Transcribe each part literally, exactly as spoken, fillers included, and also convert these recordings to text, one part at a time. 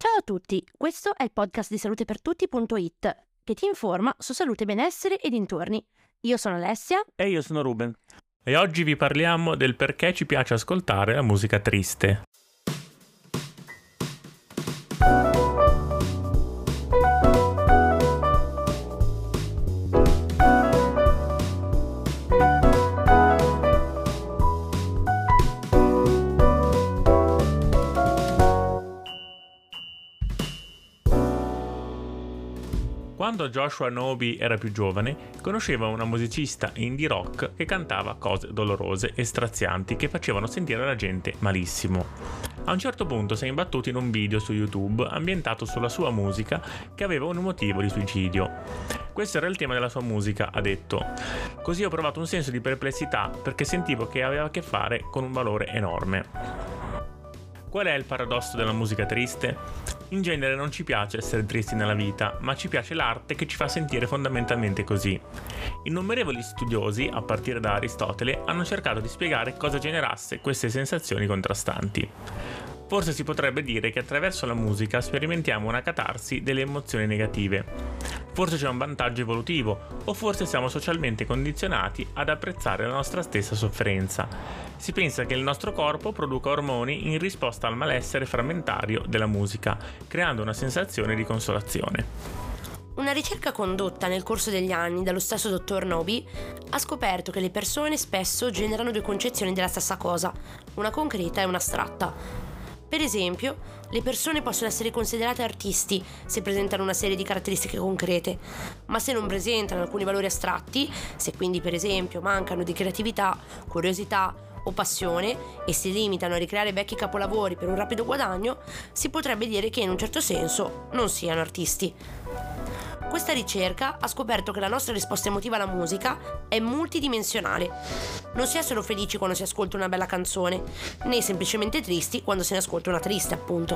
Ciao a tutti, questo è il podcast di salute per tutti punto it che ti informa su salute, benessere e dintorni. Io sono Alessia. E io sono Ruben. E oggi vi parliamo del perché ci piace ascoltare la musica triste. Quando Joshua Knobe era più giovane, conosceva una musicista indie rock che cantava cose dolorose e strazianti che facevano sentire la gente malissimo. A un certo punto si è imbattuto in un video su YouTube ambientato sulla sua musica che aveva un motivo di suicidio. Questo era il tema della sua musica, ha detto. Così ho provato un senso di perplessità perché sentivo che aveva a che fare con un valore enorme. Qual è il paradosso della musica triste? In genere non ci piace essere tristi nella vita, ma ci piace l'arte che ci fa sentire fondamentalmente così. Innumerevoli studiosi, a partire da Aristotele, hanno cercato di spiegare cosa generasse queste sensazioni contrastanti. Forse si potrebbe dire che attraverso la musica sperimentiamo una catarsi delle emozioni negative. Forse c'è un vantaggio evolutivo, o forse siamo socialmente condizionati ad apprezzare la nostra stessa sofferenza. Si pensa che il nostro corpo produca ormoni in risposta al malessere frammentario della musica, creando una sensazione di consolazione. Una ricerca condotta nel corso degli anni dallo stesso dottor Knobe ha scoperto che le persone spesso generano due concezioni della stessa cosa, una concreta e un'astratta. Per esempio, le persone possono essere considerate artisti se presentano una serie di caratteristiche concrete, ma se non presentano alcuni valori astratti, se quindi per esempio mancano di creatività, curiosità o passione e si limitano a ricreare vecchi capolavori per un rapido guadagno, si potrebbe dire che in un certo senso non siano artisti. Questa ricerca ha scoperto che la nostra risposta emotiva alla musica è multidimensionale. Non si è solo felici quando si ascolta una bella canzone, né semplicemente tristi quando se ne ascolta una triste, appunto.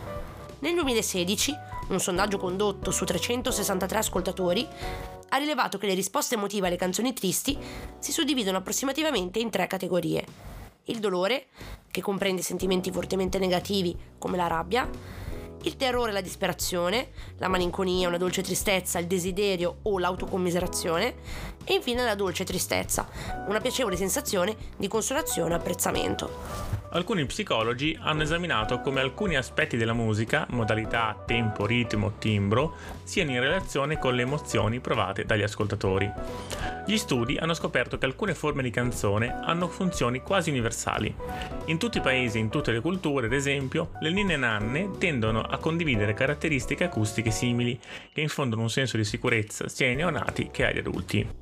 Nel duemilasedici, un sondaggio condotto su trecentosessantatré ascoltatori ha rilevato che le risposte emotive alle canzoni tristi si suddividono approssimativamente in tre categorie. Il dolore, che comprende sentimenti fortemente negativi come la rabbia, il terrore e la disperazione, la malinconia, una dolce tristezza, il desiderio o l'autocommiserazione e infine la dolce tristezza, una piacevole sensazione di consolazione e apprezzamento. Alcuni psicologi hanno esaminato come alcuni aspetti della musica, modalità, tempo, ritmo, timbro, siano in relazione con le emozioni provate dagli ascoltatori. Gli studi hanno scoperto che alcune forme di canzone hanno funzioni quasi universali. In tutti i paesi e in tutte le culture, ad esempio, le ninne nanne tendono a condividere caratteristiche acustiche simili, che infondono un senso di sicurezza sia ai neonati che agli adulti.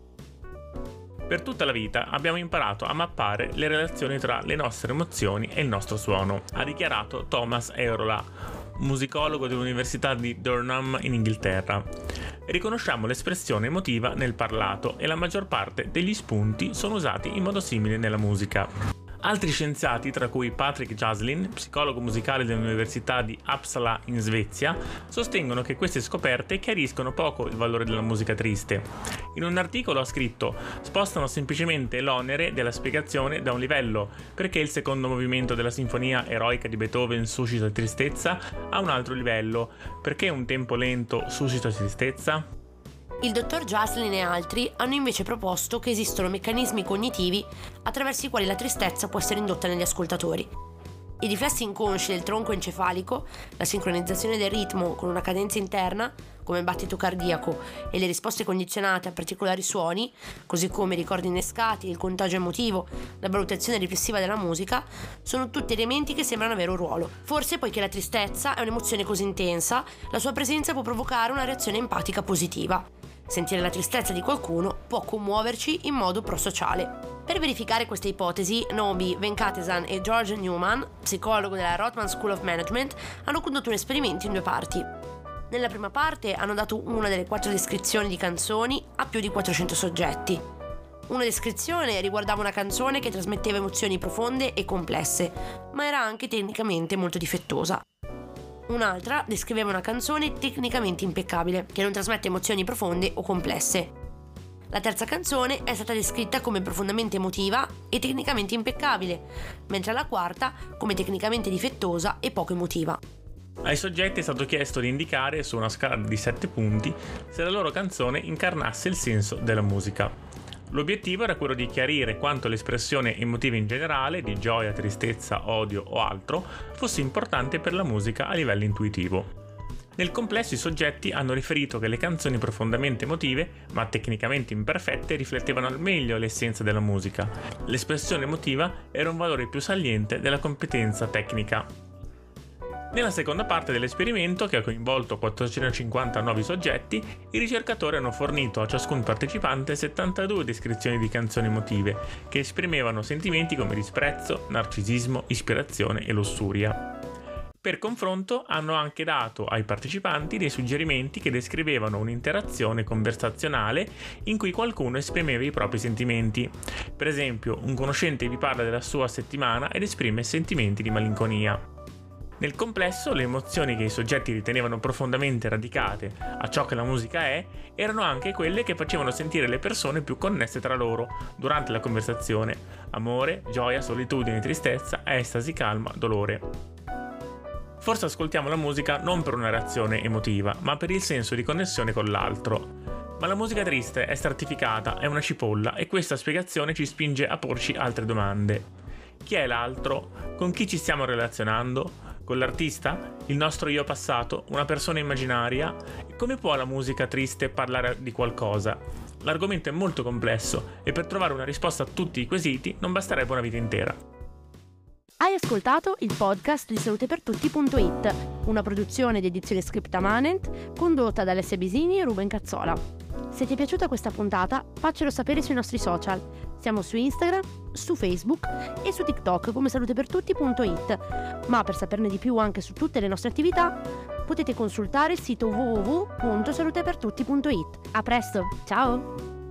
Per tutta la vita abbiamo imparato a mappare le relazioni tra le nostre emozioni e il nostro suono, ha dichiarato Thomas Erola, musicologo dell'Università di Durham in Inghilterra. Riconosciamo l'espressione emotiva nel parlato e la maggior parte degli spunti sono usati in modo simile nella musica. Altri scienziati, tra cui Patrick Jaslin, psicologo musicale dell'Università di Uppsala in Svezia, sostengono che queste scoperte chiariscono poco il valore della musica triste. In un articolo ha scritto: spostano semplicemente l'onere della spiegazione da un livello, perché il secondo movimento della sinfonia eroica di Beethoven suscita tristezza, a un altro livello, perché un tempo lento suscita tristezza? Il dottor Jaslin e altri hanno invece proposto che esistono meccanismi cognitivi attraverso i quali la tristezza può essere indotta negli ascoltatori. I riflessi inconsci del tronco encefalico, la sincronizzazione del ritmo con una cadenza interna, come il battito cardiaco, e le risposte condizionate a particolari suoni, così come i ricordi innescati, il contagio emotivo, la valutazione riflessiva della musica, sono tutti elementi che sembrano avere un ruolo. Forse poiché la tristezza è un'emozione così intensa, la sua presenza può provocare una reazione empatica positiva. Sentire la tristezza di qualcuno può commuoverci in modo prosociale. Per verificare queste ipotesi, Knobe, Venkatesan e George Newman, psicologo della Rotman School of Management, hanno condotto un esperimento in due parti. Nella prima parte hanno dato una delle quattro descrizioni di canzoni a più di quattrocento soggetti. Una descrizione riguardava una canzone che trasmetteva emozioni profonde e complesse, ma era anche tecnicamente molto difettosa. Un'altra descriveva una canzone tecnicamente impeccabile, che non trasmette emozioni profonde o complesse. La terza canzone è stata descritta come profondamente emotiva e tecnicamente impeccabile, mentre la quarta come tecnicamente difettosa e poco emotiva. Ai soggetti è stato chiesto di indicare su una scala di sette punti se la loro canzone incarnasse il senso della musica. L'obiettivo era quello di chiarire quanto l'espressione emotiva in generale, di gioia, tristezza, odio o altro, fosse importante per la musica a livello intuitivo. Nel complesso i soggetti hanno riferito che le canzoni profondamente emotive, ma tecnicamente imperfette, riflettevano al meglio l'essenza della musica. L'espressione emotiva era un valore più saliente della competenza tecnica. Nella seconda parte dell'esperimento, che ha coinvolto quattrocentocinquanta nuovi soggetti, i ricercatori hanno fornito a ciascun partecipante settantadue descrizioni di canzoni emotive, che esprimevano sentimenti come disprezzo, narcisismo, ispirazione e lussuria. Per confronto hanno anche dato ai partecipanti dei suggerimenti che descrivevano un'interazione conversazionale in cui qualcuno esprimeva i propri sentimenti. Per esempio, un conoscente vi parla della sua settimana ed esprime sentimenti di malinconia. Nel complesso, le emozioni che i soggetti ritenevano profondamente radicate a ciò che la musica è, erano anche quelle che facevano sentire le persone più connesse tra loro durante la conversazione: amore, gioia, solitudine, tristezza, estasi, calma, dolore. Forse ascoltiamo la musica non per una reazione emotiva, ma per il senso di connessione con l'altro. Ma la musica triste è stratificata, è una cipolla, e questa spiegazione ci spinge a porci altre domande. Chi è l'altro? Con chi ci stiamo relazionando? Con l'artista? Il nostro io passato? Una persona immaginaria? Come può la musica triste parlare di qualcosa? L'argomento è molto complesso e per trovare una risposta a tutti i quesiti non basterebbe una vita intera. Hai ascoltato il podcast di salutepertutti punto it, una produzione di edizione Scriptamanent condotta da Alessia Bisini e Ruben Cazzola. Se ti è piaciuta questa puntata, faccelo sapere sui nostri social. Siamo su Instagram, su Facebook e su TikTok come salutepertutti punto it. Ma per saperne di più anche su tutte le nostre attività, potete consultare il sito w w w punto salutepertutti punto it. A presto, ciao!